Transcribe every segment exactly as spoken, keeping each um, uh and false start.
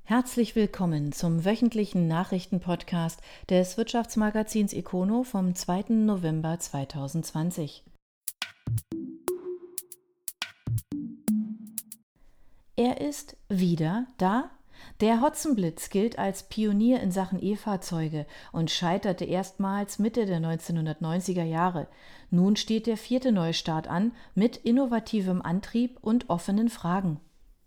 Herzlich willkommen zum wöchentlichen Nachrichtenpodcast des Wirtschaftsmagazins Econo vom zweiten November zweitausendzwanzig. Er ist wieder da. Der Hotzenblitz gilt als Pionier in Sachen E-Fahrzeuge und scheiterte erstmals Mitte der neunzehnhundertneunziger Jahre. Nun steht der vierte Neustart an mit innovativem Antrieb und offenen Fragen.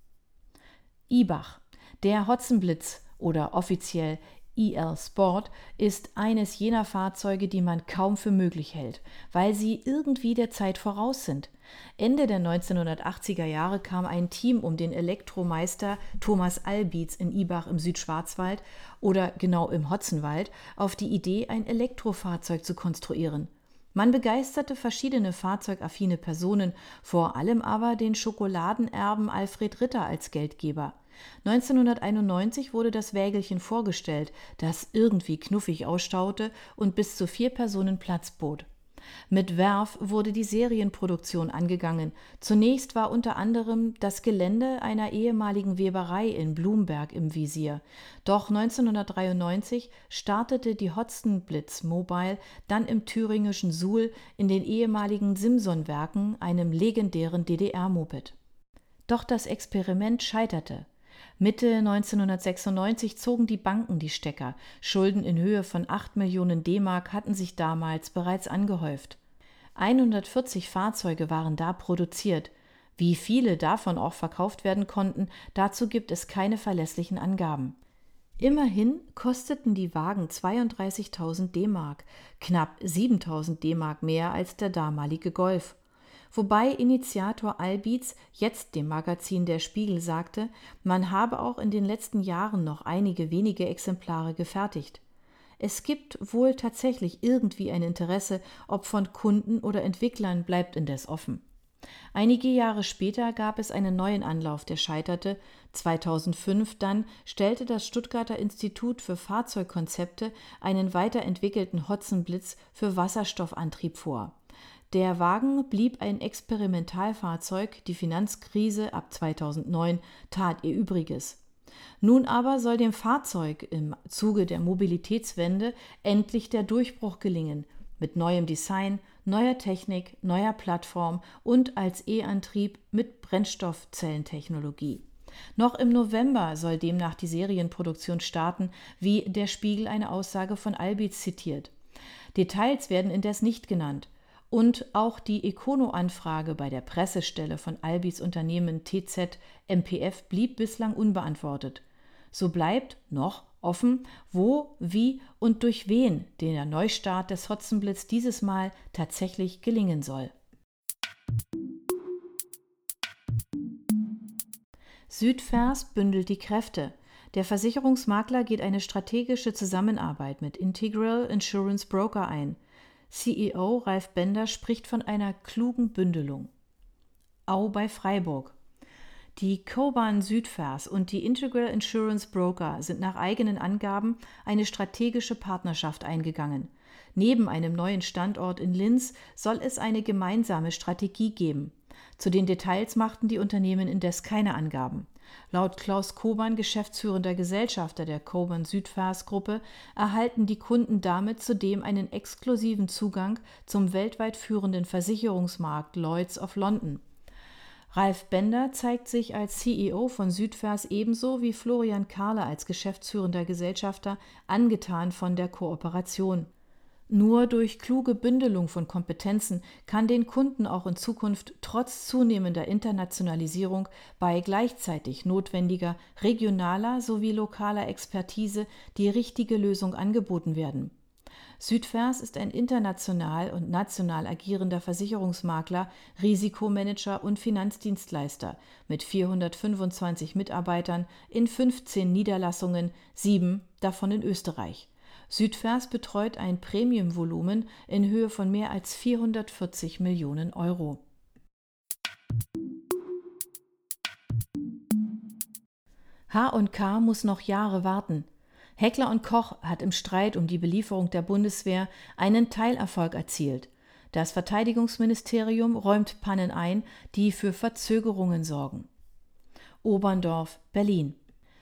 IBACH. Der Hotzenblitz oder offiziell I L Sport ist eines jener Fahrzeuge, die man kaum für möglich hält, weil sie irgendwie der Zeit voraus sind. Ende der neunzehnhundertachtziger Jahre kam ein Team um den Elektromeister Thomas Albitz in Ibach im Südschwarzwald oder genau im Hotzenwald auf die Idee, ein Elektrofahrzeug zu konstruieren. Man begeisterte verschiedene fahrzeugaffine Personen, vor allem aber den Schokoladenerben Alfred Ritter als Geldgeber. neunzehnhunderteinundneunzig wurde das Wägelchen vorgestellt, das irgendwie knuffig ausstaute und bis zu vier Personen Platz bot. Mit Werf wurde die Serienproduktion angegangen. Zunächst war unter anderem das Gelände einer ehemaligen Weberei in Blumberg im Visier. Doch neunzehnhundertdreiundneunzig startete die Hotzenblitz Mobile dann im thüringischen Suhl in den ehemaligen Simson-Werken, einem legendären D D R-Moped. Doch das Experiment scheiterte. Mitte neunzehnhundertsechsundneunzig zogen die Banken die Stecker. Schulden in Höhe von acht Millionen D-Mark hatten sich damals bereits angehäuft. hundertvierzig Fahrzeuge waren da produziert. Wie viele davon auch verkauft werden konnten, dazu gibt es keine verlässlichen Angaben. Immerhin kosteten die Wagen zweiunddreißigtausend D-Mark, knapp siebentausend D-Mark mehr als der damalige Golf. Wobei Initiator Albitz jetzt dem Magazin Der Spiegel sagte, man habe auch in den letzten Jahren noch einige wenige Exemplare gefertigt. Es gibt wohl tatsächlich irgendwie ein Interesse, ob von Kunden oder Entwicklern, bleibt indes offen. Einige Jahre später gab es einen neuen Anlauf, der scheiterte. zweitausendfünf dann stellte das Stuttgarter Institut für Fahrzeugkonzepte einen weiterentwickelten Hotzenblitz für Wasserstoffantrieb vor. Der Wagen blieb ein Experimentalfahrzeug, die Finanzkrise ab zweitausendneun tat ihr Übriges. Nun aber soll dem Fahrzeug im Zuge der Mobilitätswende endlich der Durchbruch gelingen, mit neuem Design, neuer Technik, neuer Plattform und als E-Antrieb mit Brennstoffzellentechnologie. Noch im November soll demnach die Serienproduktion starten, wie der Spiegel eine Aussage von Albitz zitiert. Details werden indes nicht genannt. Und auch die Econo-Anfrage bei der Pressestelle von Albitz Unternehmen T Z M P F blieb bislang unbeantwortet. So bleibt noch offen, wo, wie und durch wen der Neustart des Hotzenblitz dieses Mal tatsächlich gelingen soll. Südvers bündelt die Kräfte. Der Versicherungsmakler geht eine strategische Zusammenarbeit mit Integral Insurance Broker ein. C E O Ralf Bender spricht von einer klugen Bündelung. Au bei Freiburg. Die Coban Südvers und die Integral Insurance Broker sind nach eigenen Angaben eine strategische Partnerschaft eingegangen. Neben einem neuen Standort in Linz soll es eine gemeinsame Strategie geben. Zu den Details machten die Unternehmen indes keine Angaben. Laut Klaus Coban, geschäftsführender Gesellschafter der Coban Südvers Gruppe, erhalten die Kunden damit zudem einen exklusiven Zugang zum weltweit führenden Versicherungsmarkt Lloyd's of London. Ralf Bender zeigt sich als C E O von Südvers ebenso wie Florian Karle als geschäftsführender Gesellschafter angetan von der Kooperation. Nur durch kluge Bündelung von Kompetenzen kann den Kunden auch in Zukunft trotz zunehmender Internationalisierung bei gleichzeitig notwendiger regionaler sowie lokaler Expertise die richtige Lösung angeboten werden. Südvers ist ein international und national agierender Versicherungsmakler, Risikomanager und Finanzdienstleister mit vierhundertfünfundzwanzig Mitarbeitern in fünfzehn Niederlassungen, sieben davon in Österreich. Südvers betreut ein Premiumvolumen in Höhe von mehr als vierhundertvierzig Millionen Euro. H und K muss noch Jahre warten. Heckler und Koch hat im Streit um die Belieferung der Bundeswehr einen Teilerfolg erzielt. Das Verteidigungsministerium räumt Pannen ein, die für Verzögerungen sorgen. Oberndorf, Berlin.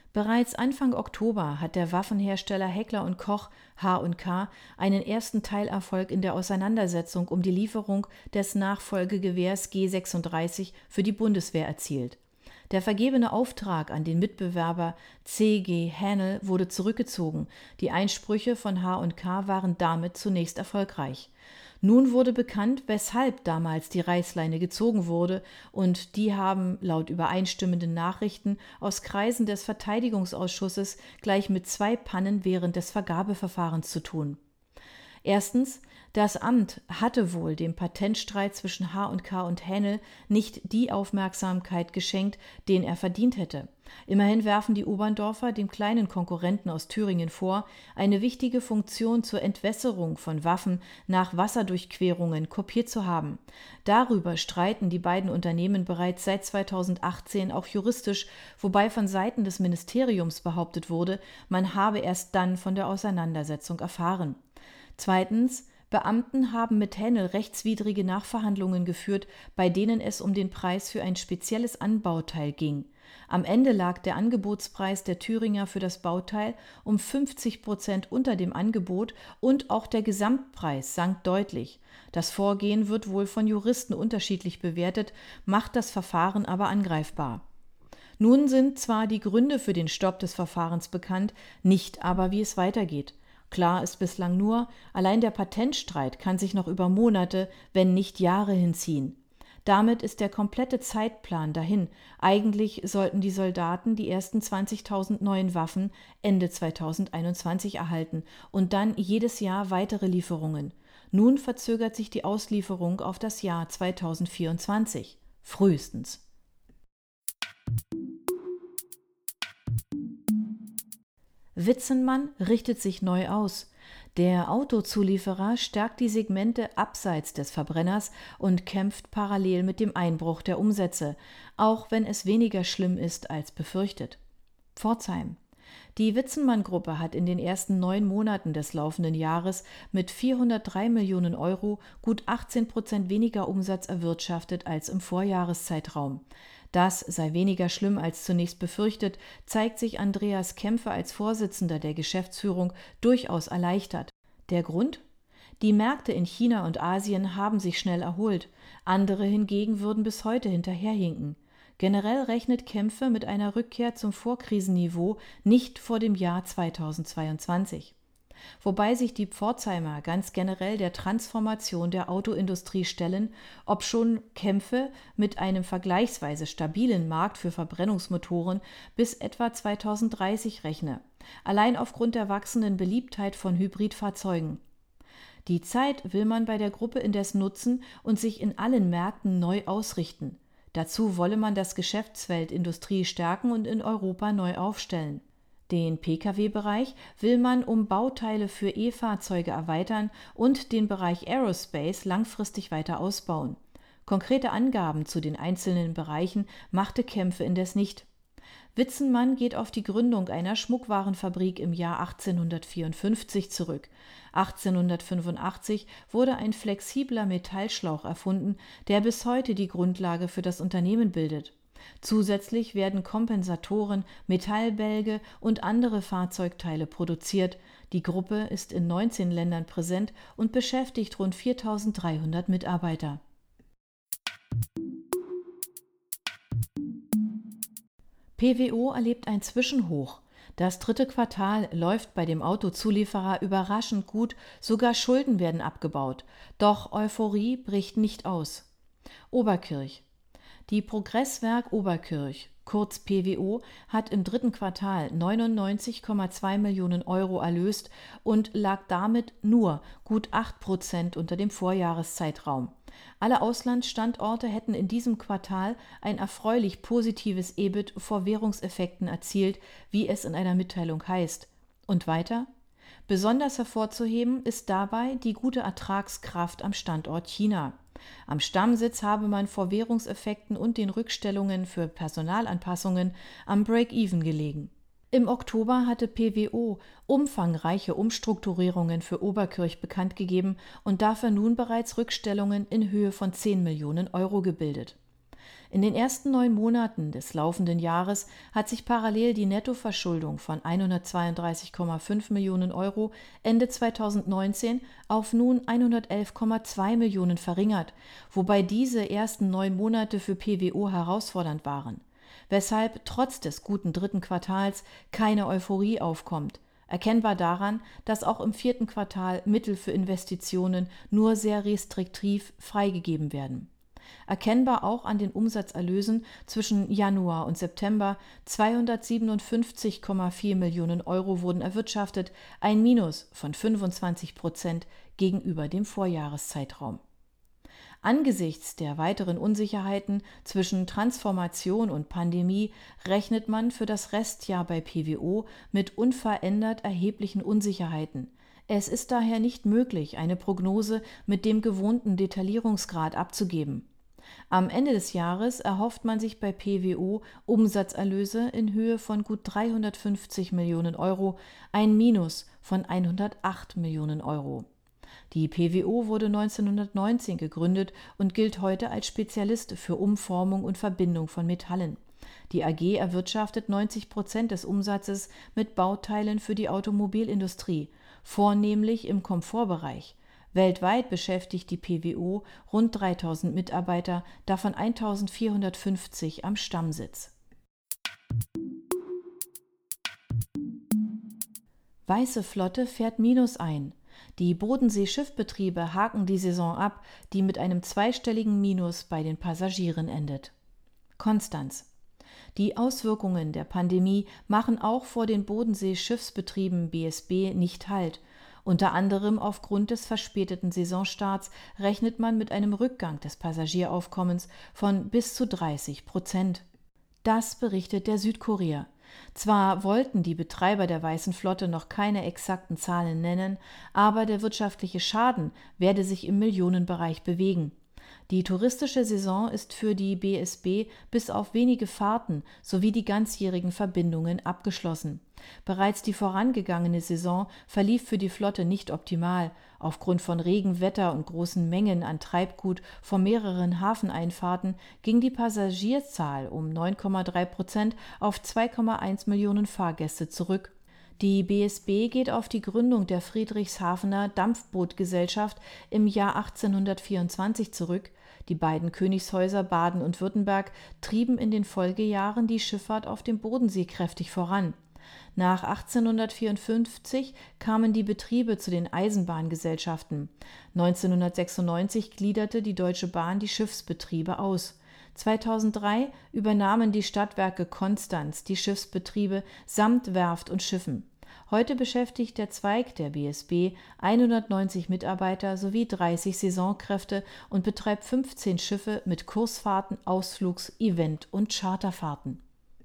Bereits Anfang Oktober hat der Waffenhersteller Heckler und Koch H und K einen ersten Teilerfolg in der Auseinandersetzung um die Lieferung des Nachfolgegewehrs G sechsunddreißig für die Bundeswehr erzielt. Der vergebene Auftrag an den Mitbewerber C G Hänel wurde zurückgezogen, die Einsprüche von H und K waren damit zunächst erfolgreich. Nun wurde bekannt, weshalb damals die Reißleine gezogen wurde, und die haben laut übereinstimmenden Nachrichten aus Kreisen des Verteidigungsausschusses gleich mit zwei Pannen während des Vergabeverfahrens zu tun. Erstens, das Amt hatte wohl dem Patentstreit zwischen H und K und Hänel nicht die Aufmerksamkeit geschenkt, den er verdient hätte. Immerhin werfen die Oberndorfer dem kleinen Konkurrenten aus Thüringen vor, eine wichtige Funktion zur Entwässerung von Waffen nach Wasserdurchquerungen kopiert zu haben. Darüber streiten die beiden Unternehmen bereits seit zweitausendachtzehn auch juristisch, wobei von Seiten des Ministeriums behauptet wurde, man habe erst dann von der Auseinandersetzung erfahren. Zweitens, Beamten haben mit Hänel rechtswidrige Nachverhandlungen geführt, bei denen es um den Preis für ein spezielles Anbauteil ging. Am Ende lag der Angebotspreis der Thüringer für das Bauteil um fünfzig Prozent unter dem Angebot und auch der Gesamtpreis sank deutlich. Das Vorgehen wird wohl von Juristen unterschiedlich bewertet, macht das Verfahren aber angreifbar. Nun sind zwar die Gründe für den Stopp des Verfahrens bekannt, nicht aber, wie es weitergeht. Klar ist bislang nur, allein der Patentstreit kann sich noch über Monate, wenn nicht Jahre hinziehen. Damit ist der komplette Zeitplan dahin. Eigentlich sollten die Soldaten die ersten zwanzigtausend neuen Waffen Ende zweitausendeinundzwanzig erhalten und dann jedes Jahr weitere Lieferungen. Nun verzögert sich die Auslieferung auf das Jahr zweitausendvierundzwanzig. Frühestens. Witzenmann richtet sich neu aus. Der Autozulieferer stärkt die Segmente abseits des Verbrenners und kämpft parallel mit dem Einbruch der Umsätze, auch wenn es weniger schlimm ist als befürchtet. Pforzheim. Die Witzenmann-Gruppe hat in den ersten neun Monaten des laufenden Jahres mit vierhundertdrei Millionen Euro gut achtzehn Prozent weniger Umsatz erwirtschaftet als im Vorjahreszeitraum. Das sei weniger schlimm als zunächst befürchtet, zeigt sich Andreas Kämpfe als Vorsitzender der Geschäftsführung durchaus erleichtert. Der Grund? Die Märkte in China und Asien haben sich schnell erholt, andere hingegen würden bis heute hinterherhinken. Generell rechnet Kämpfe mit einer Rückkehr zum Vorkrisenniveau nicht vor dem Jahr zweitausendzweiundzwanzig. Wobei sich die Pforzheimer ganz generell der Transformation der Autoindustrie stellen, obschon Kämpfe mit einem vergleichsweise stabilen Markt für Verbrennungsmotoren bis etwa zweitausenddreißig rechne, allein aufgrund der wachsenden Beliebtheit von Hybridfahrzeugen. Die Zeit will man bei der Gruppe indes nutzen und sich in allen Märkten neu ausrichten. Dazu wolle man das Geschäftsfeld Industrie stärken und in Europa neu aufstellen. Den Pkw-Bereich will man um Bauteile für E-Fahrzeuge erweitern und den Bereich Aerospace langfristig weiter ausbauen. Konkrete Angaben zu den einzelnen Bereichen machte Kämpfe indes nicht. Witzenmann geht auf die Gründung einer Schmuckwarenfabrik im Jahr achtzehnhundertvierundfünfzig zurück. achtzehnhundertfünfundachtzig wurde ein flexibler Metallschlauch erfunden, der bis heute die Grundlage für das Unternehmen bildet. Zusätzlich werden Kompensatoren, Metallbälge und andere Fahrzeugteile produziert. Die Gruppe ist in neunzehn Ländern präsent und beschäftigt rund viertausenddreihundert Mitarbeiter. P W O erlebt ein Zwischenhoch. Das dritte Quartal läuft bei dem Autozulieferer überraschend gut, sogar Schulden werden abgebaut. Doch Euphorie bricht nicht aus. Oberkirch. Die Progresswerk Oberkirch, kurz P W O, hat im dritten Quartal neunundneunzig Komma zwei Millionen Euro erlöst und lag damit nur gut acht Prozent unter dem Vorjahreszeitraum. Alle Auslandsstandorte hätten in diesem Quartal ein erfreulich positives E B I T vor Währungseffekten erzielt, wie es in einer Mitteilung heißt. Und weiter? Besonders hervorzuheben ist dabei die gute Ertragskraft am Standort China. Am Stammsitz habe man vor Währungseffekten und den Rückstellungen für Personalanpassungen am Break-Even gelegen. Im Oktober hatte P W O umfangreiche Umstrukturierungen für Oberkirch bekannt gegeben und dafür nun bereits Rückstellungen in Höhe von zehn Millionen Euro gebildet. In den ersten neun Monaten des laufenden Jahres hat sich parallel die Nettoverschuldung von hundertzweiunddreißig Komma fünf Millionen Euro Ende zweitausendneunzehn auf nun hundertelf Komma zwei Millionen verringert, wobei diese ersten neun Monate für P W O herausfordernd waren, weshalb trotz des guten dritten Quartals keine Euphorie aufkommt. Erkennbar daran, dass auch im vierten Quartal Mittel für Investitionen nur sehr restriktiv freigegeben werden. Erkennbar auch an den Umsatzerlösen zwischen Januar und September: zweihundertsiebenundfünfzig Komma vier Millionen Euro wurden erwirtschaftet, ein Minus von fünfundzwanzig Prozent gegenüber dem Vorjahreszeitraum. Angesichts der weiteren Unsicherheiten zwischen Transformation und Pandemie rechnet man für das Restjahr bei P W O mit unverändert erheblichen Unsicherheiten. Es ist daher nicht möglich, eine Prognose mit dem gewohnten Detaillierungsgrad abzugeben. Am Ende des Jahres erhofft man sich bei P W O Umsatzerlöse in Höhe von gut dreihundertfünfzig Millionen Euro, ein Minus von hundertacht Millionen Euro. Die P W O wurde neunzehnhundertneunzehn gegründet und gilt heute als Spezialist für Umformung und Verbindung von Metallen. Die A G erwirtschaftet neunzig Prozent des Umsatzes mit Bauteilen für die Automobilindustrie, vornehmlich im Komfortbereich. Weltweit beschäftigt die P W O rund dreitausend Mitarbeiter, davon eintausendvierhundertfünfzig am Stammsitz. Weiße Flotte fährt Minus ein. Die Bodensee-Schiffbetriebe haken die Saison ab, die mit einem zweistelligen Minus bei den Passagieren endet. Konstanz: Die Auswirkungen der Pandemie machen auch vor den Bodensee-Schiffsbetrieben B S B nicht Halt. Unter anderem aufgrund des verspäteten Saisonstarts rechnet man mit einem Rückgang des Passagieraufkommens von bis zu dreißig Prozent. Das berichtet der Südkurier. Zwar wollten die Betreiber der Weißen Flotte noch keine exakten Zahlen nennen, aber der wirtschaftliche Schaden werde sich im Millionenbereich bewegen. Die touristische Saison ist für die B S B bis auf wenige Fahrten sowie die ganzjährigen Verbindungen abgeschlossen. Bereits die vorangegangene Saison verlief für die Flotte nicht optimal. Aufgrund von Regenwetter und großen Mengen an Treibgut vor mehreren Hafeneinfahrten ging die Passagierzahl um neun Komma drei Prozent auf zwei Komma eins Millionen Fahrgäste zurück. Die B S B geht auf die Gründung der Friedrichshafener Dampfbootgesellschaft im Jahr achtzehnhundertvierundzwanzig zurück. Die beiden Königshäuser Baden und Württemberg trieben in den Folgejahren die Schifffahrt auf dem Bodensee kräftig voran. Nach achtzehnhundertvierundfünfzig kamen die Betriebe zu den Eisenbahngesellschaften. neunzehnhundertsechsundneunzig gliederte die Deutsche Bahn die Schiffsbetriebe aus. zweitausenddrei übernahmen die Stadtwerke Konstanz die Schiffsbetriebe samt Werft und Schiffen. Heute beschäftigt der Zweig der B S B hundertneunzig Mitarbeiter sowie dreißig Saisonkräfte und betreibt fünfzehn Schiffe mit Kursfahrten, Ausflugs-, Event- und Charterfahrten.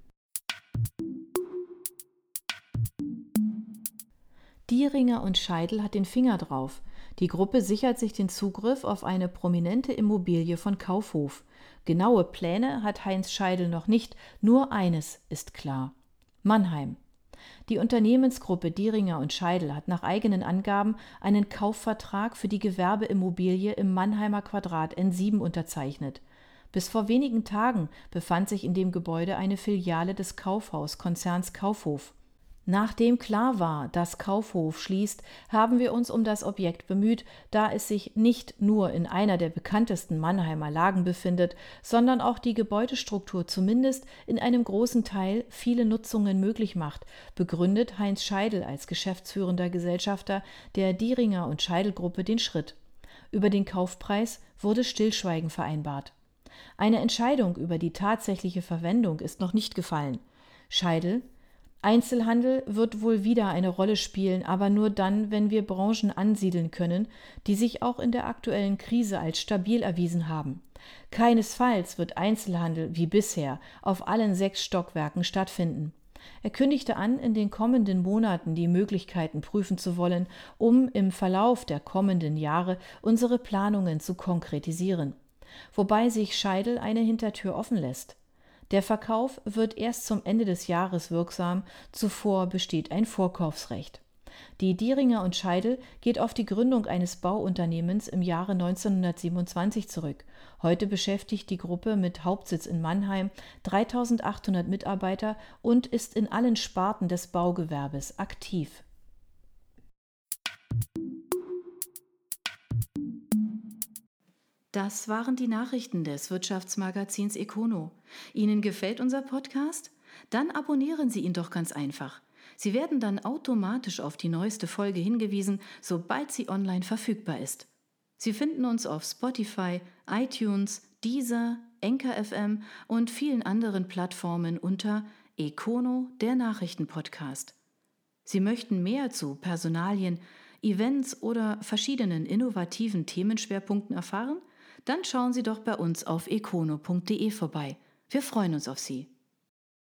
Dieringer und Scheidel hat den Finger drauf. Die Gruppe sichert sich den Zugriff auf eine prominente Immobilie von Kaufhof. Genaue Pläne hat Heinz Scheidel noch nicht, nur eines ist klar: Mannheim. Die Unternehmensgruppe Dieringer und Scheidel hat nach eigenen Angaben einen Kaufvertrag für die Gewerbeimmobilie im Mannheimer Quadrat N sieben unterzeichnet. Bis vor wenigen Tagen befand sich in dem Gebäude eine Filiale des Kaufhauskonzerns Kaufhof. Nachdem klar war, dass Kaufhof schließt, haben wir uns um das Objekt bemüht, da es sich nicht nur in einer der bekanntesten Mannheimer Lagen befindet, sondern auch die Gebäudestruktur zumindest in einem großen Teil viele Nutzungen möglich macht, begründet Heinz Scheidel als geschäftsführender Gesellschafter der Dieringer und Scheidel Gruppe den Schritt. Über den Kaufpreis wurde Stillschweigen vereinbart. Eine Entscheidung über die tatsächliche Verwendung ist noch nicht gefallen. Scheidel: Einzelhandel wird wohl wieder eine Rolle spielen, aber nur dann, wenn wir Branchen ansiedeln können, die sich auch in der aktuellen Krise als stabil erwiesen haben. Keinesfalls wird Einzelhandel wie bisher auf allen sechs Stockwerken stattfinden. Er kündigte an, in den kommenden Monaten die Möglichkeiten prüfen zu wollen, um im Verlauf der kommenden Jahre unsere Planungen zu konkretisieren. Wobei sich Scheidel eine Hintertür offen lässt. Der Verkauf wird erst zum Ende des Jahres wirksam, zuvor besteht ein Vorkaufsrecht. Die Dieringer und Scheidel geht auf die Gründung eines Bauunternehmens im Jahre neunzehnhundertsiebenundzwanzig zurück. Heute beschäftigt die Gruppe mit Hauptsitz in Mannheim dreitausendachthundert Mitarbeiter und ist in allen Sparten des Baugewerbes aktiv. Das waren die Nachrichten des Wirtschaftsmagazins Econo. Ihnen gefällt unser Podcast? Dann abonnieren Sie ihn doch ganz einfach. Sie werden dann automatisch auf die neueste Folge hingewiesen, sobald sie online verfügbar ist. Sie finden uns auf Spotify, iTunes, Deezer, Anchor F M und vielen anderen Plattformen unter Econo, der Nachrichtenpodcast. Sie möchten mehr zu Personalien, Events oder verschiedenen innovativen Themenschwerpunkten erfahren? Dann schauen Sie doch bei uns auf econo punkt de vorbei. Wir freuen uns auf Sie.